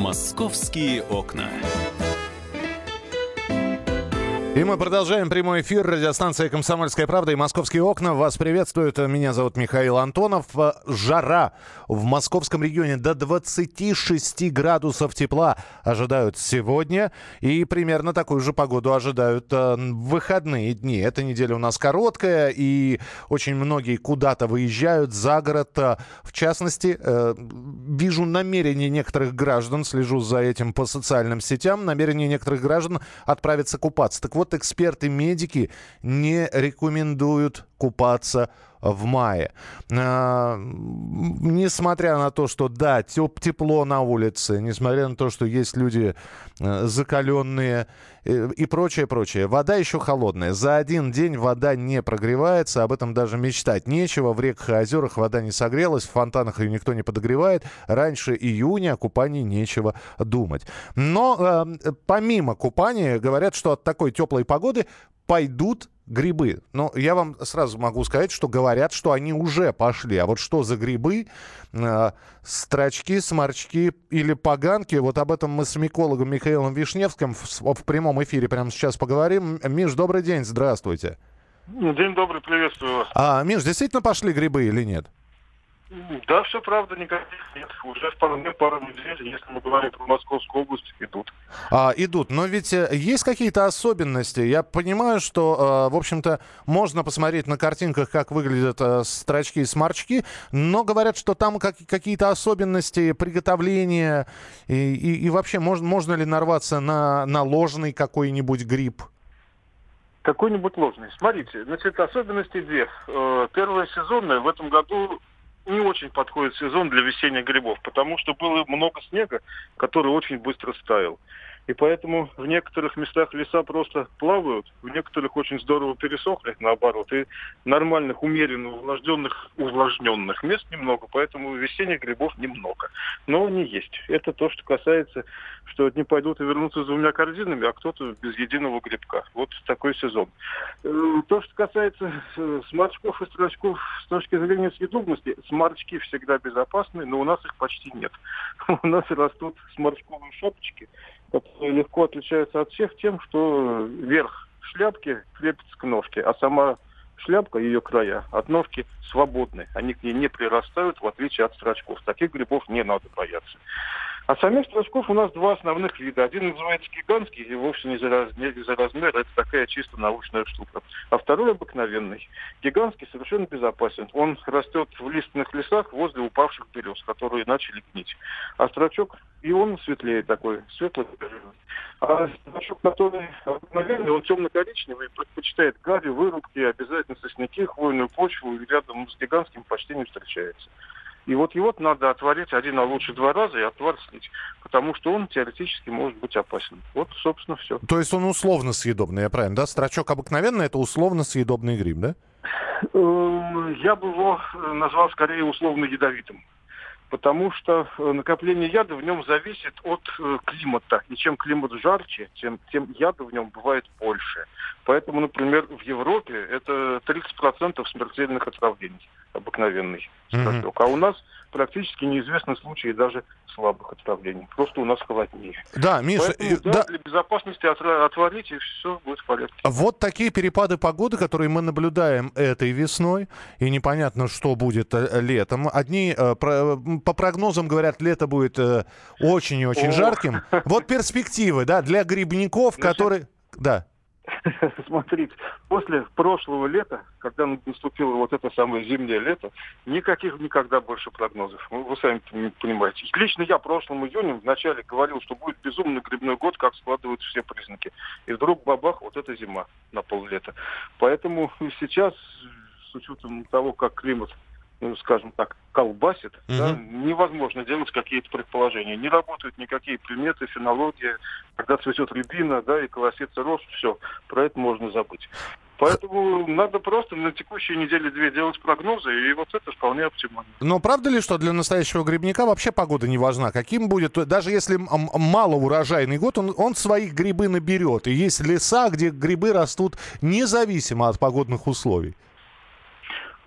«Московские окна». И мы продолжаем прямой эфир. Радиостанция «Комсомольская правда» и «Московские окна». Вас приветствуют. Меня зовут Михаил Антонов. Жара в московском регионе до 26 градусов тепла ожидают сегодня. И примерно такую же погоду ожидают в выходные дни. Эта неделя у нас короткая, и очень многие куда-то выезжают за город. В частности, вижу намерение некоторых граждан, слежу за этим по социальным сетям, намерение некоторых граждан отправиться купаться. Так вот, эксперты-медики не рекомендуют купаться в мае. Несмотря на то, что, да, тепло на улице, несмотря на то, что есть люди закаленные и прочее. Вода еще холодная. За один день вода не прогревается. Об этом даже мечтать нечего. В реках и озерах вода не согрелась. В фонтанах ее никто не подогревает. Раньше июня о купании нечего думать. Но помимо купания, говорят, что от такой теплой погоды пойдут грибы. Но я вам сразу могу сказать, что говорят, что они уже пошли. А вот что за грибы, строчки, сморчки или поганки, вот об этом мы с микологом Михаилом Вишневским в прямом эфире прямо сейчас поговорим. Миш, добрый день, здравствуйте. День добрый, приветствую вас. Миш, действительно пошли грибы или нет? Да, все правда, никаких нет. Уже пару недель, если мы говорим про Московскую область, идут. Идут. Но ведь есть какие-то особенности. Я понимаю, что, в общем-то, можно посмотреть на картинках, как выглядят строчки и сморчки, но говорят, что там какие-то особенности приготовления. И вообще, можно ли нарваться на ложный какой-нибудь гриб? Какой-нибудь ложный. Смотрите, значит, особенности две. Первая сезонная. В этом году не очень подходит сезон для весенних грибов, потому что было много снега, который очень быстро стаял. И поэтому в некоторых местах леса просто плавают, в некоторых очень здорово пересохли, наоборот. И нормальных, умеренно увлажненных мест немного, поэтому весенних грибов немного. Но они есть. Это то, что касается, что одни пойдут и вернутся с двумя корзинами, а кто-то без единого грибка. Вот такой сезон. То, что касается сморчков и строчков с точки зрения съедобности, сморчки всегда безопасны, но у нас их почти нет. У нас растут сморчковые шапочки, которые легко отличаются от всех тем, что верх шляпки крепится к ножке, а сама шляпка, ее края, от ножки свободны. Они к ней не прирастают, в отличие от строчков. Таких грибов не надо бояться. А самих строчков у нас два основных вида. Один называется гигантский, и вовсе не из-за размера, это такая чисто научная штука. А второй обыкновенный. Гигантский совершенно безопасен. Он растет в лиственных лесах возле упавших берез, которые начали гнить. А строчок, и он светлее такой, светло-коричневый. А строчок, который обыкновенный, он темно-коричневый, предпочитает гари, вырубки, обязательно сосняки, хвойную почву, и рядом с гигантским почти не встречается. И вот его надо отварить один, а лучше два раза и отвар слить, потому что он теоретически может быть опасен. Вот, собственно, все. То есть он условно съедобный, я правильно, да? Строчок обыкновенный — это условно съедобный гриб, да? Я бы его назвал скорее условно ядовитым. Потому что накопление яда в нем зависит от климата. И чем климат жарче, тем яда в нем бывает больше. Поэтому, например, в Европе это 30% смертельных отравлений обыкновенный строчок. А у нас практически неизвестны случаи даже слабых отравлений. Просто у нас холоднее. Да, Миша, поэтому, для безопасности отварить, и все будет в порядке. Вот такие перепады погоды, которые мы наблюдаем этой весной, и непонятно, что будет летом. Одни, по прогнозам говорят, лето будет очень и очень жарким. Вот перспективы, да, для грибников, которые... Да. Смотрите, после прошлого лета, когда наступило вот это самое зимнее лето, никогда больше прогнозов. Вы сами понимаете. Лично я прошлым июнем вначале говорил, что будет безумно грибной год, как складываются все признаки. И вдруг бабах, вот эта зима на поллета. Поэтому сейчас, с учетом того, как климат, скажем так, колбасит, да, невозможно делать какие-то предположения. Не работают никакие приметы, фенология. Когда цветет рябина, да, и колосится рожь, все, про это можно забыть. Поэтому надо просто на текущей неделе-две делать прогнозы, и вот это вполне оптимально. Но правда ли, что для настоящего грибника вообще погода не важна? Каким будет, даже если малоурожайный год, он своих грибы наберет. И есть леса, где грибы растут независимо от погодных условий.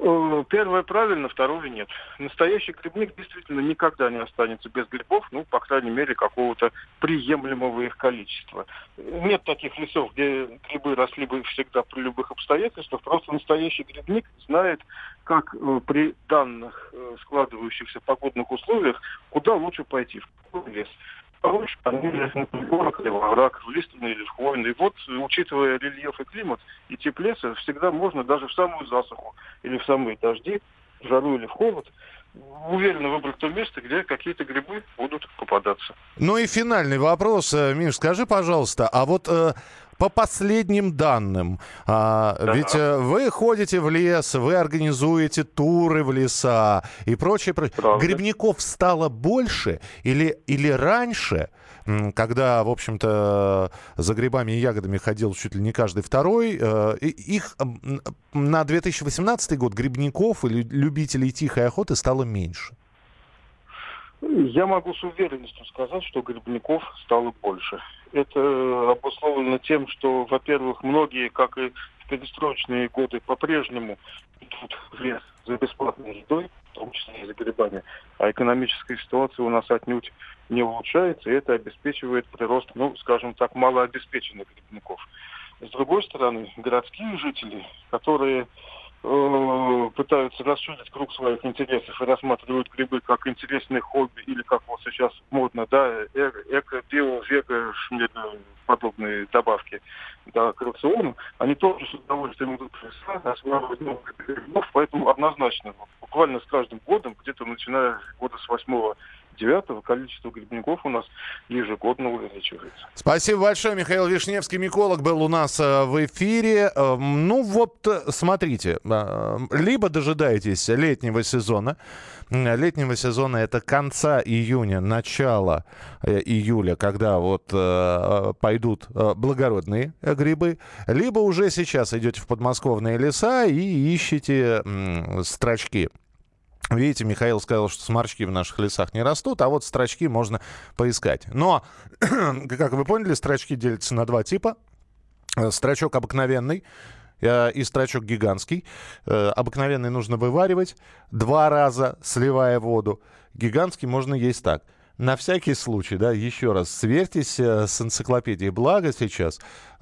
Первое правильно, второе нет. Настоящий грибник действительно никогда не останется без грибов, ну, по крайней мере, какого-то приемлемого их количества. Нет таких лесов, где грибы росли бы всегда при любых обстоятельствах. Просто настоящий грибник знает, как при данных складывающихся погодных условиях, куда лучше пойти, в какой лес. Лучше в горах или во враг, в лиственный или в хвойный. И вот, учитывая рельеф и климат и тип леса, всегда можно даже в самую засуху или в самые дожди, в жару или в холод, уверенно выбрать то место, где какие-то грибы будут попадаться. Ну и финальный вопрос. Миш, скажи, пожалуйста, а вот по последним данным, ведь вы ходите в лес, вы организуете туры в леса и прочее. Грибников стало больше или раньше, когда, в общем-то, за грибами и ягодами ходил чуть ли не каждый второй, их на 2018 год грибников и любителей тихой охоты стало меньше? Я могу с уверенностью сказать, что грибников стало больше. Это обусловлено тем, что, во-первых, многие, как и в перестроечные годы, по-прежнему идут в лес за бесплатной едой, в том числе и за грибами, а экономическая ситуация у нас отнюдь не улучшается, и это обеспечивает прирост, ну, скажем так, малообеспеченных грибников. С другой стороны, городские жители, которые пытаются расширить круг своих интересов и рассматривают грибы как интересное хобби или, как вот сейчас модно, да, эко, био, вега, подобные добавки, да, к рациону, они тоже с удовольствием идут в леса, осваивают новых грибов, поэтому однозначно, буквально с каждым годом, где-то начиная с года с 8-9, количество грибников у нас ежегодно увеличивается. Спасибо большое. Михаил Вишневский, миколог, был у нас в эфире. Ну вот, смотрите, либо дожидаетесь летнего сезона. Летнего сезона — это конца июня, начало июля, когда вот пойдут благородные грибы, либо уже сейчас идете в подмосковные леса и ищете строчки. Видите, Михаил сказал, что сморчки в наших лесах не растут, а вот строчки можно поискать. Но, как вы поняли, строчки делятся на два типа. Строчок обыкновенный и строчок гигантский. Обыкновенный нужно вываривать 2 раза, сливая воду. Гигантский можно есть так. На всякий случай, да, еще раз, сверьтесь с энциклопедией «Благо» сейчас.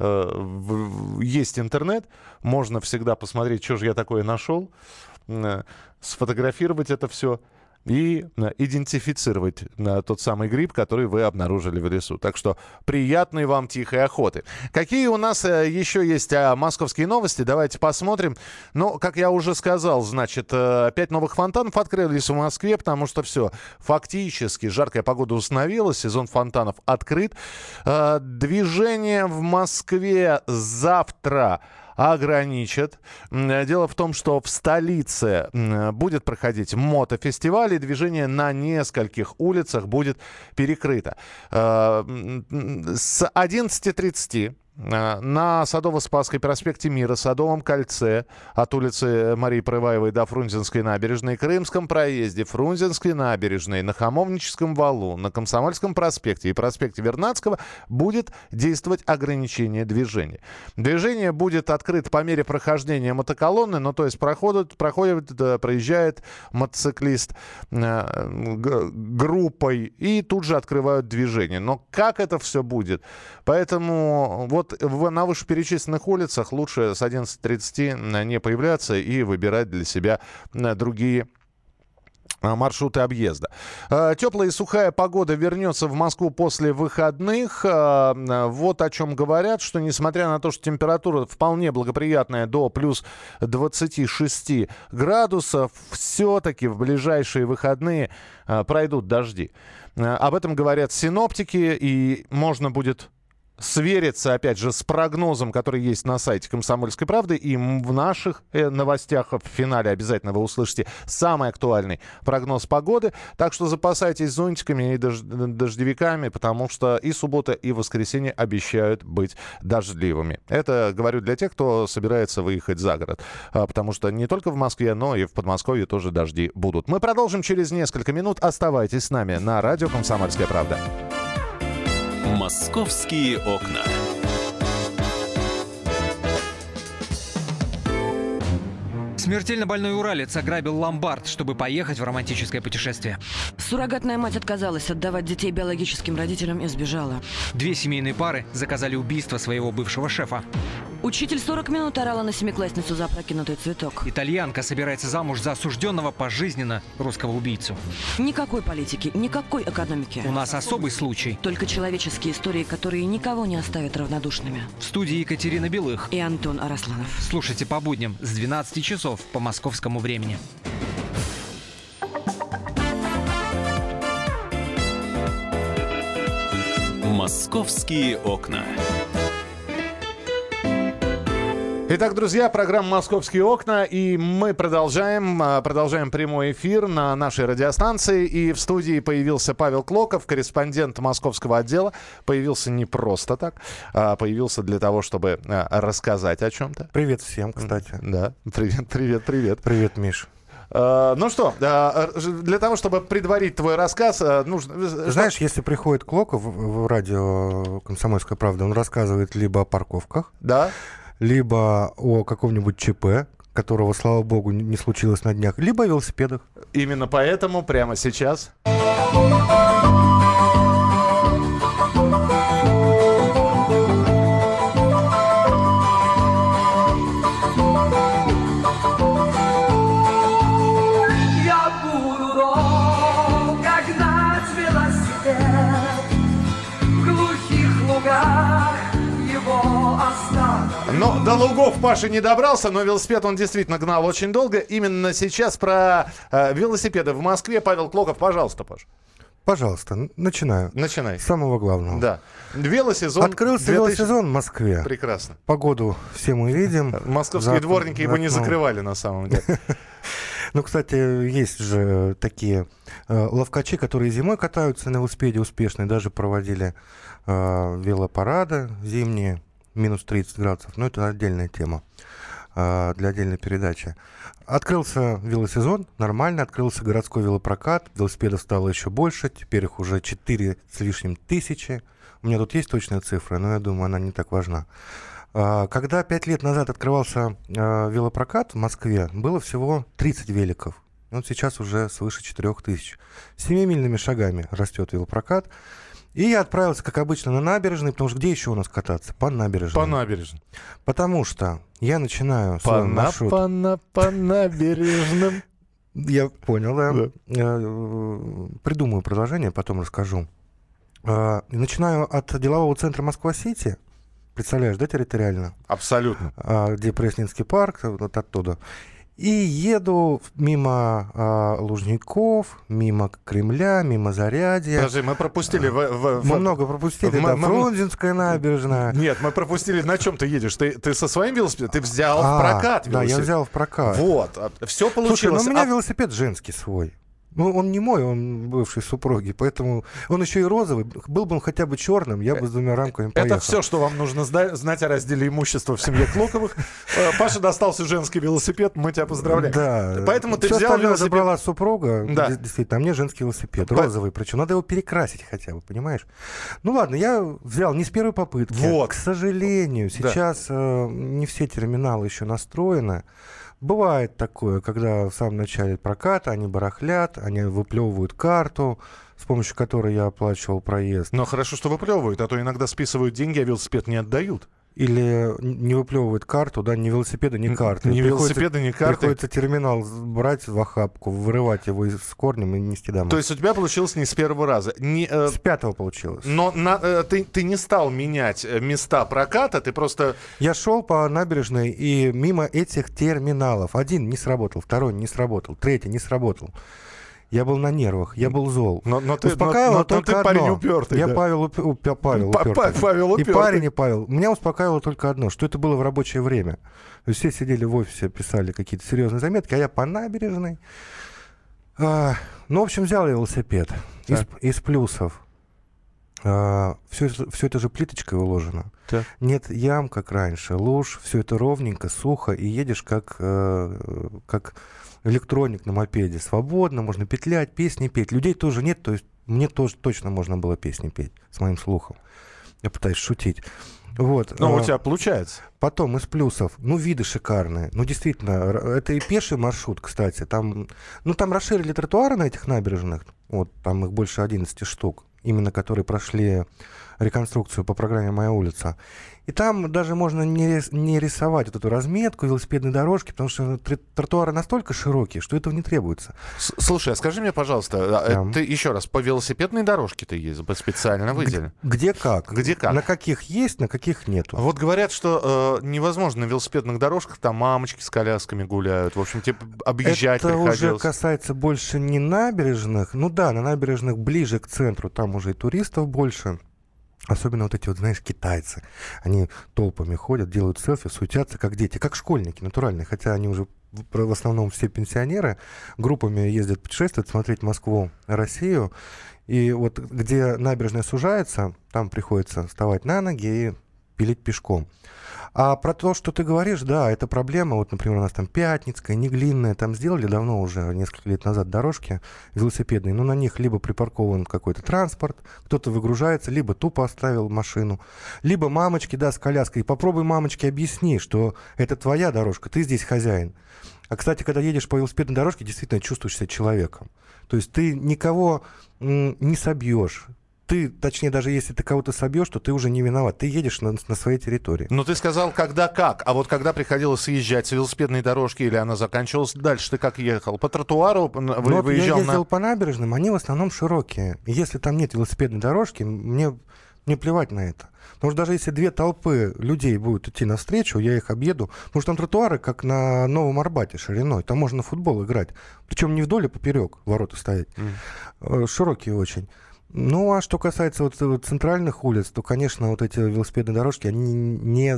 Есть интернет, можно всегда посмотреть, что же я такое нашел, сфотографировать это все и идентифицировать тот самый гриб, который вы обнаружили в лесу. Так что приятной вам тихой охоты. Какие у нас еще есть московские новости? Давайте посмотрим. Ну, как я уже сказал, значит, 5 новых фонтанов открылись в Москве, потому что все, фактически жаркая погода установилась, сезон фонтанов открыт. Движение в Москве завтра ограничат. Дело в том, что в столице будет проходить мотофестиваль, и движение на нескольких улицах будет перекрыто. С 11:30 на Садово-Спасской проспекте Мира, Садовом кольце от улицы Марии Прываевой до Фрунзенской набережной, Крымском проезде, Фрунзенской набережной, на Хамовническом валу, на Комсомольском проспекте и проспекте Вернадского будет действовать ограничение движения. Движение будет открыто по мере прохождения мотоколонны, ну то есть проезжает мотоциклист группой и тут же открывают движение. Но как это все будет? Поэтому вот на вышеперечисленных улицах лучше с 11:30 не появляться и выбирать для себя другие маршруты объезда. Теплая и сухая погода вернется в Москву после выходных. Вот о чем говорят, что несмотря на то, что температура вполне благоприятная до плюс 26 градусов, все-таки в ближайшие выходные пройдут дожди. Об этом говорят синоптики, и можно будет свериться, опять же, с прогнозом, который есть на сайте «Комсомольской правды». И в наших новостях в финале обязательно вы услышите самый актуальный прогноз погоды. Так что запасайтесь зонтиками и дождевиками, потому что и суббота, и воскресенье обещают быть дождливыми. Это говорю для тех, кто собирается выехать за город. Потому что не только в Москве, но и в Подмосковье тоже дожди будут. Мы продолжим через несколько минут. Оставайтесь с нами на радио «Комсомольская правда». «Московские окна». Смертельно больной уралец ограбил ломбард, чтобы поехать в романтическое путешествие. Суррогатная мать отказалась отдавать детей биологическим родителям и сбежала. 2 семейные пары заказали убийство своего бывшего шефа. Учитель 40 минут орала на семиклассницу за опрокинутый цветок. Итальянка собирается замуж за осужденного пожизненно русского убийцу. Никакой политики, никакой экономики. У нас особый случай. Только человеческие истории, которые никого не оставят равнодушными. В студии Екатерина Белых и Антон Арасланов. Слушайте по будням с 12 часов по московскому времени. «Московские окна». Итак, друзья, программа «Московские окна», и мы продолжаем прямой эфир на нашей радиостанции. И в студии появился Павел Клоков, корреспондент московского отдела. Появился не просто так, а появился для того, чтобы рассказать о чем-то. Привет всем, кстати. Да, привет. Привет, Миш. Ну что, для того, чтобы предварить твой рассказ, нужно... Знаешь, если приходит Клоков в радио «Комсомольская правда», он рассказывает либо о парковках, да, либо о каком-нибудь ЧП, которого, слава богу, не случилось на днях, либо о велосипедах. Именно поэтому прямо сейчас... Но до лугов Паша не добрался, но велосипед он действительно гнал очень долго. Именно сейчас про велосипеды в Москве. Павел Клоков, пожалуйста, Паш. Пожалуйста, начинаю. Начинай. С самого главного. Да. Велосезон. Открылся велосезон в Москве. Прекрасно. Погоду все мы видим. Московские дворники его не закрывали на самом деле. Ну, кстати, есть же такие ловкачи, которые зимой катаются на велосипеде успешно, и даже проводили велопарады зимние, минус 30 градусов. Но это отдельная тема для отдельной передачи. Открылся велосезон, нормально, открылся городской велопрокат, велосипедов стало еще больше, теперь их уже 4 с лишним тысячи. У меня тут есть точная цифра, но я думаю, она не так важна. Когда 5 лет назад открывался велопрокат в Москве, было всего 30 великов. Вот сейчас уже свыше 4000. 7-мильными шагами растет велопрокат. И я отправился, как обычно, на набережной, потому что где еще у нас кататься? По набережной. По набережной. Потому что я начинаю свой маршрут... По набережным. Я понял, да. Придумаю продолжение, потом расскажу. Начинаю от делового центра Москва-Сити. Представляешь, да, территориально? Абсолютно. Где Пресненский парк, вот оттуда. И еду мимо Лужников, мимо Кремля, мимо Зарядья. Подожди, мы пропустили... Мы много пропустили, да, Фрунзенская набережная. Нет, мы пропустили. На чем ты едешь? Ты со своим велосипедом? Ты взял в прокат велосипед? Да, я взял в прокат. Вот, все получилось. Слушай, ну у меня велосипед женский свой. Ну, он не мой, он бывший супруги, поэтому он еще и розовый. Был бы он хотя бы черным, я бы с 2 рамками поехал. Это все, что вам нужно знать о разделе имущества в семье Клоковых. Паша достался женский велосипед, мы тебя поздравляем. Да. Поэтому ты все взял велосипед. Забрала супруга, да. Действительно, а мне женский велосипед, розовый, причем надо его перекрасить хотя бы, понимаешь? Ну ладно, я взял не с первой попытки. Вот. К сожалению, сейчас не все терминалы еще настроены. Бывает такое, когда в самом начале проката они барахлят, они выплевывают карту, с помощью которой я оплачивал проезд. Но хорошо, что выплевывают, а то иногда списывают деньги, а велосипед не отдают. Или не выплевывают карту, да, ни велосипеда, ни карты. Ни велосипеда, ни карты. Приходится терминал брать в охапку, вырывать его с корнем и нести домой. То есть у тебя получилось не с первого раза? С 5-го получилось. Но ты не стал менять места проката, ты просто... Я шел по набережной и мимо этих терминалов. Один не сработал, второй не сработал, третий не сработал. Я был на нервах, я был зол. Но ты только парень одно. упертый. Я да. Павел упертый. Павел упертый. И парень, и Павел. Меня успокаивало только одно, что это было в рабочее время. То есть все сидели в офисе, писали какие-то серьезные заметки, а я по набережной. Ну, в общем, взял я велосипед. Из плюсов. Все это же плиточкой уложено. Так. Нет ям, как раньше, луж, все это ровненько, сухо, и едешь как электроник на мопеде. Свободно, можно петлять, песни петь. Людей тоже нет, то есть мне тоже точно можно было песни петь с моим слухом. Я пытаюсь шутить. Вот. Ну, у тебя получается. Потом из плюсов, виды шикарные. Действительно, это и пеший маршрут, кстати. Там расширили тротуары на этих набережных. Вот, там их больше 11 штук. Именно которые прошли реконструкцию по программе «Моя улица». И там даже можно не рисовать вот эту разметку велосипедной дорожки, потому что тротуары настолько широкие, что этого не требуется. Слушай, а скажи мне, пожалуйста, ты еще раз, по велосипедной дорожке ты ездил, специально выделен? Где как? Где как? На каких есть, на каких нету. Вот говорят, что невозможно на велосипедных дорожках, там мамочки с колясками гуляют, в общем, объезжать приходилось. Это уже касается больше не набережных. На набережных ближе к центру, там уже и туристов больше. Особенно вот эти знаешь, китайцы. Они толпами ходят, делают селфи, суетятся, как дети, как школьники, натуральные. Хотя они уже в основном все пенсионеры. Группами ездят путешествовать, смотреть Москву, Россию. И вот где набережная сужается, там приходится вставать на ноги и пилить пешком. А про то, что ты говоришь, да, это проблема. Вот, например, у нас там Пятницкая, Неглинная, там сделали давно уже, несколько лет назад, дорожки велосипедные, но на них либо припаркован какой-то транспорт, кто-то выгружается, либо тупо оставил машину, либо мамочки, с коляской. И попробуй мамочке объясни, что это твоя дорожка, ты здесь хозяин. А, кстати, когда едешь по велосипедной дорожке, действительно чувствуешь себя человеком. То есть ты никого не собьешь. Точнее, даже если ты кого-то собьешь, то ты уже не виноват. Ты едешь на своей территории. Ну, ты сказал, когда как. А вот когда приходилось съезжать с велосипедной дорожки или она заканчивалась, дальше ты как ехал? По тротуару выезжал? Я ездил по набережным, они в основном широкие. И если там нет велосипедной дорожки, мне плевать на это. Потому что даже если две толпы людей будут идти навстречу, я их объеду. Потому что там тротуары, как на Новом Арбате, шириной. Там можно в футбол играть. Причем не вдоль, а поперек ворота стоять. Широкие очень. А что касается вот центральных улиц, то, конечно, вот эти велосипедные дорожки, они не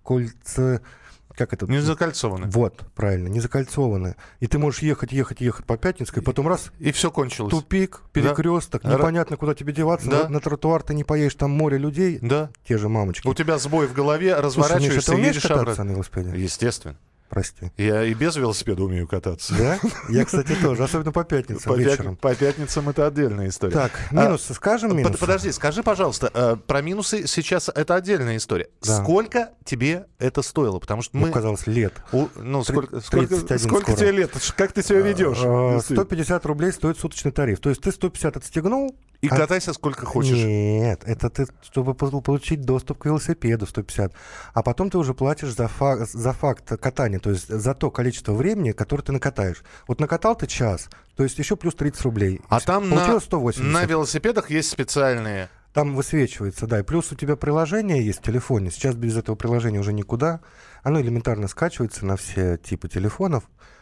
Не закольцованы. Вот, правильно, не закольцованы. И ты можешь ехать по Пятницкой, потом раз... И все кончилось. Тупик, перекресток, непонятно, куда тебе деваться. Да. На тротуар ты не поедешь, там море людей. Да. Те же мамочки. У тебя сбой в голове, разворачиваешься и едешь обратно. На велосипеде? Естественно. Прости. Я и без велосипеда умею кататься. Да? Я, кстати, тоже. Особенно по пятницам вечером. По пятницам это отдельная история. Так, минусы. Скажем минусы? Подожди, скажи, пожалуйста, про минусы сейчас это отдельная история. Да. Сколько тебе это стоило? Потому что мы... казалось, лет. Сколько тебе лет? Как ты себя ведешь? 150 рублей стоит суточный тариф. То есть ты 150 отстегнул, и катайся сколько хочешь. Нет, это ты, чтобы получить доступ к велосипеду, 150. А потом ты уже платишь за факт катания, то есть за то количество времени, которое ты накатаешь. Вот накатал ты час, то есть еще плюс 30 рублей. А там на велосипедах есть специальные... Там высвечивается, да. И плюс у тебя приложение есть в телефоне. Сейчас без этого приложения уже никуда. Оно элементарно скачивается на все типы телефонов.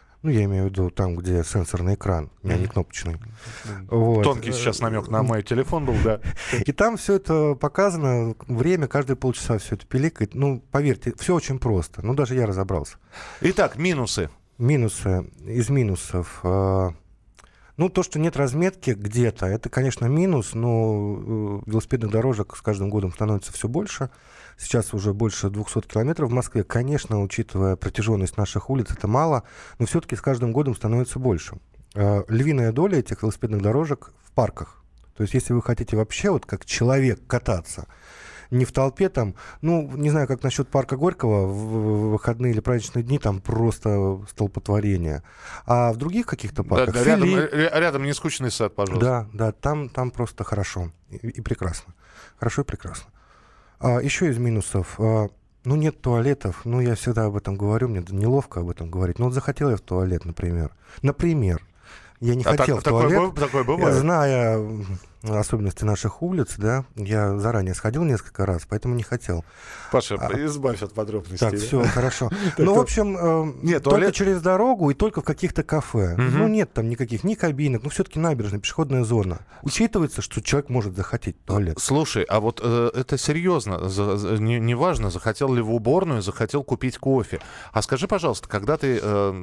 Я имею в виду там, где сенсорный экран, не кнопочный. Вот. Тонкий сейчас намек на мой телефон был, да. И там все это показано, время, каждые полчаса все это пиликает. Поверьте, все очень просто. Даже я разобрался. Итак, минусы. Минусы. Из минусов. То, что нет разметки где-то, это, конечно, минус, но велосипедных дорожек с каждым годом становится все больше. Сейчас уже больше 200 километров в Москве. Конечно, учитывая протяженность наших улиц, это мало, но все-таки с каждым годом становится больше. Львиная доля этих велосипедных дорожек в парках. То есть, если вы хотите вообще как человек кататься, не в толпе там, не знаю, как насчет парка Горького, в выходные или праздничные дни там просто столпотворение. А в других каких-то парках... Да, рядом нескучный сад, пожалуйста. Да, там просто хорошо и прекрасно. Хорошо и прекрасно. Еще из минусов. Нет туалетов. Я всегда об этом говорю, мне неловко об этом говорить. Захотел я в туалет, например. Я не хотел в туалет. Такое бывает. Зная особенности наших улиц, да, я заранее сходил несколько раз, поэтому не хотел. Паша, избавь от подробностей. Так, все, хорошо. В общем, только через дорогу и только в каких-то кафе. Нет там никаких, ни кабинок, все-таки набережная, пешеходная зона. Учитывается, что человек может захотеть туалет. Слушай, а вот это серьезно, неважно, захотел ли в уборную, захотел купить кофе. А скажи, пожалуйста, когда ты...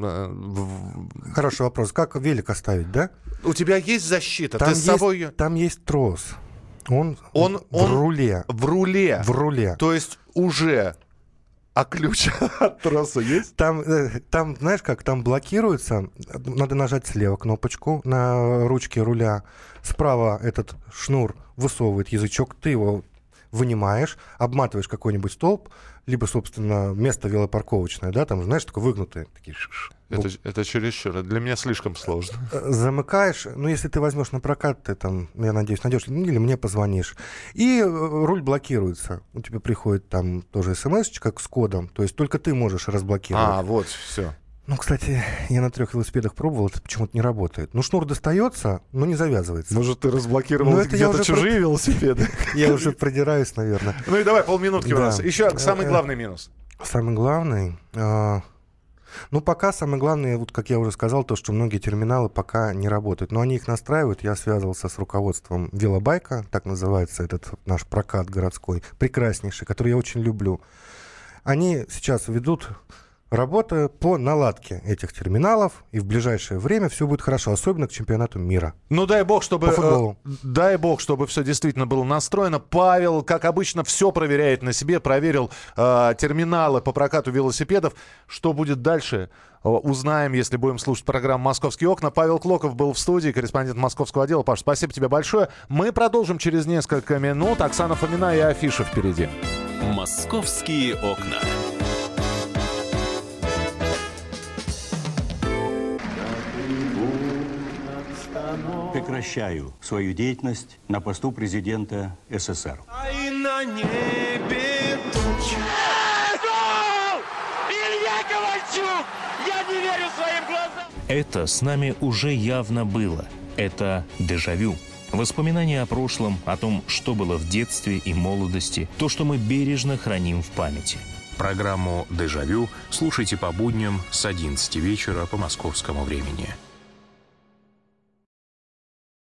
Хороший вопрос. Как велик оставить, да? У тебя есть защита? Ты с собой... Там есть трос. Он в руле. В руле? В руле. То есть уже... А ключ от троса есть? Там, знаешь как, там блокируется. Надо нажать слева кнопочку на ручке руля. Справа этот шнур высовывает язычок. Ты его вынимаешь, обматываешь какой-нибудь столб, либо, собственно, место велопарковочное, да, там, знаешь, такое выгнутое. Такие Это чересчур. Для меня слишком сложно. Замыкаешь, ну, если ты возьмешь на прокат, ты там, я надеюсь, найдешь, или мне позвонишь. И руль блокируется. У тебя приходит там тоже смс-очка с кодом, то есть только ты можешь разблокировать. Вот, все. Ну, кстати, я на 3 велосипедах пробовал, это почему-то не работает. Ну, шнур достается, но не завязывается. Может, ты разблокировал это где-то чужие велосипеды? Я уже продираюсь, наверное. Ну и давай, полминутки у нас. Еще самый главный минус. Самый главный... Ну, пока самое главное, вот как я уже сказал, то, что многие терминалы пока не работают. Но они их настраивают. Я связывался с руководством Велобайка, так называется этот наш прокат городской, прекраснейший, который я очень люблю. Они сейчас ведут работу по наладке этих терминалов, и в ближайшее время все будет хорошо, особенно к чемпионату мира. Ну, дай бог, чтобы все действительно было настроено. Павел, как обычно, все проверяет на себе, проверил терминалы по прокату велосипедов. Что будет дальше, узнаем, если будем слушать программу «Московские окна». Павел Клоков был в студии, корреспондент московского отдела. Паш, спасибо тебе большое. Мы продолжим через несколько минут. Оксана Фомина и афиша впереди. «Московские окна». Прекращаю свою деятельность на посту президента СССР. И на небе тучи. Илья Ковальчук! Я не верю своим глазам! Это с нами уже явно было. Это дежавю. Воспоминания о прошлом, о том, что было в детстве и молодости, то, что мы бережно храним в памяти. Программу «Дежавю» слушайте по будням с 11 вечера по московскому времени.